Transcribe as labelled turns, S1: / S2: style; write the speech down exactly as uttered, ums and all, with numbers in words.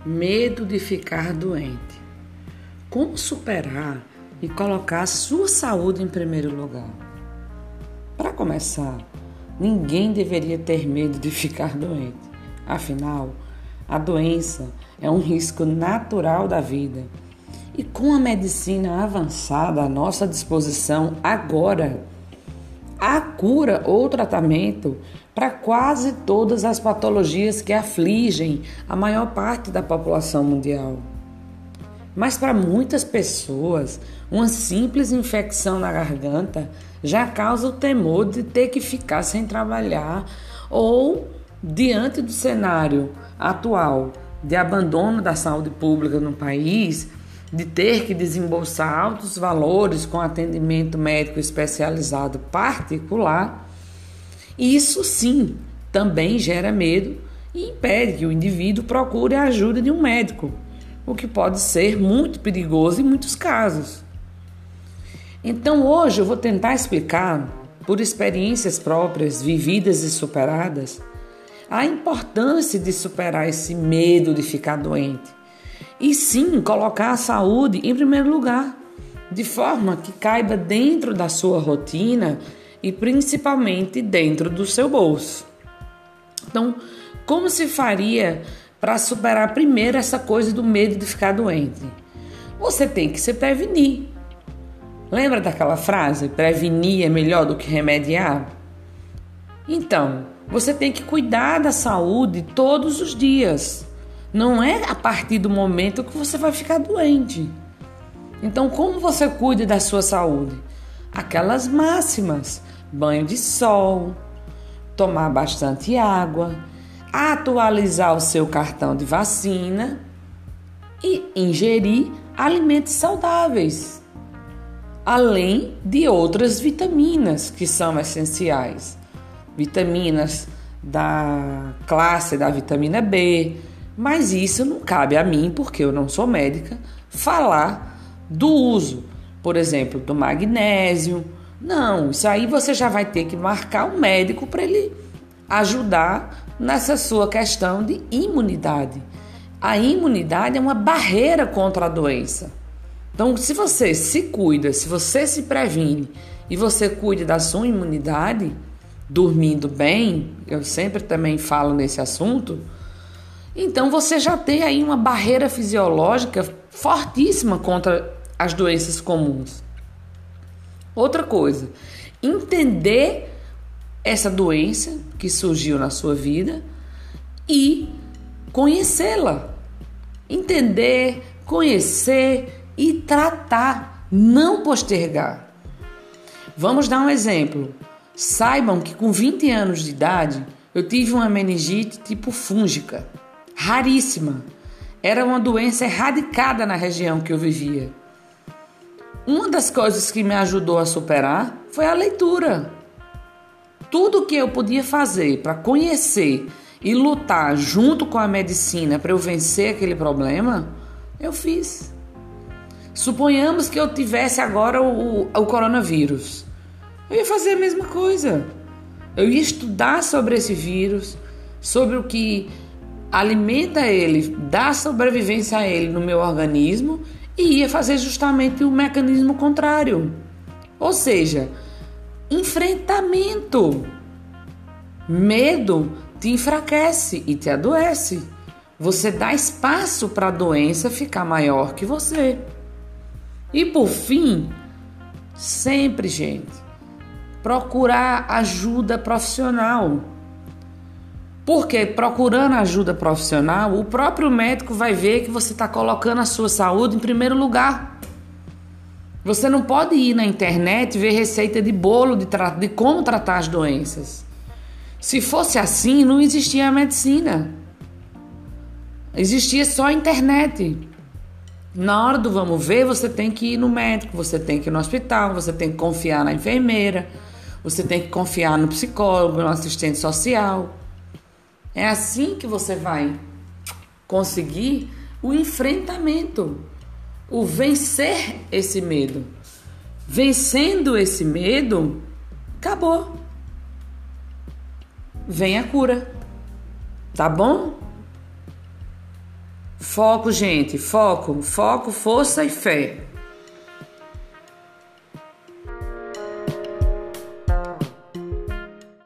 S1: Medo de ficar doente. Como superar e colocar a sua saúde em primeiro lugar? Para começar, ninguém deveria ter medo de ficar doente. Afinal, a doença é um risco natural da vida. E com a medicina avançada à nossa disposição agora, há cura ou tratamento para quase todas as patologias que afligem a maior parte da população mundial. Mas para muitas pessoas, uma simples infecção na garganta já causa o temor de ter que ficar sem trabalhar ou, diante do cenário atual de abandono da saúde pública no país, de ter que desembolsar altos valores com atendimento médico especializado particular, isso sim também gera medo e impede que o indivíduo procure a ajuda de um médico, o que pode ser muito perigoso em muitos casos. Então hoje eu vou tentar explicar, por experiências próprias, vividas e superadas, a importância de superar esse medo de ficar doente. E sim, colocar a saúde em primeiro lugar, de forma que caiba dentro da sua rotina e principalmente dentro do seu bolso. Então, como se faria para superar primeiro essa coisa do medo de ficar doente? Você tem que se prevenir. Lembra daquela frase, prevenir é melhor do que remediar? Então, você tem que cuidar da saúde todos os dias. Não é a partir do momento que você vai ficar doente. Então, como você cuida da sua saúde? Aquelas máximas: banho de sol, tomar bastante água, atualizar o seu cartão de vacina e ingerir alimentos saudáveis, além de outras vitaminas que são essenciais. Vitaminas da classe da vitamina B, mas isso não cabe a mim, porque eu não sou médica, falar do uso, por exemplo, do magnésio. Não, isso aí você já vai ter que marcar um médico para ele ajudar nessa sua questão de imunidade. A imunidade é uma barreira contra a doença. Então, se você se cuida, se você se previne e você cuida da sua imunidade, dormindo bem, eu sempre também falo nesse assunto, então você já tem aí uma barreira fisiológica fortíssima contra as doenças comuns. Outra coisa, entender essa doença que surgiu na sua vida e conhecê-la. Entender, conhecer e tratar, não postergar. Vamos dar um exemplo. Saibam que com vinte anos de idade eu tive uma meningite tipo fúngica, raríssima. Era uma doença erradicada na região que eu vivia. Uma das coisas que me ajudou a superar foi a leitura. Tudo que eu podia fazer para conhecer e lutar junto com a medicina para eu vencer aquele problema, eu fiz. Suponhamos que eu tivesse agora o, o coronavírus. Eu ia fazer a mesma coisa. Eu ia estudar sobre esse vírus, sobre o que alimenta ele, dá sobrevivência a ele no meu organismo e ia fazer justamente o mecanismo contrário. Ou seja, enfrentamento. Medo te enfraquece e te adoece. Você dá espaço para a doença ficar maior que você. E por fim, sempre, gente, procurar ajuda profissional. Porque procurando ajuda profissional, o próprio médico vai ver que você está colocando a sua saúde em primeiro lugar. Você não pode ir na internet e ver receita de bolo de, tra- de como tratar as doenças. Se fosse assim, não existia a medicina. Existia só a internet. Na hora do vamos ver, você tem que ir no médico, você tem que ir no hospital, você tem que confiar na enfermeira, você tem que confiar no psicólogo, no assistente social. É assim que você vai conseguir o enfrentamento, o vencer esse medo. Vencendo esse medo, acabou. Vem a cura. Tá bom? Foco, gente, foco, foco, força e fé.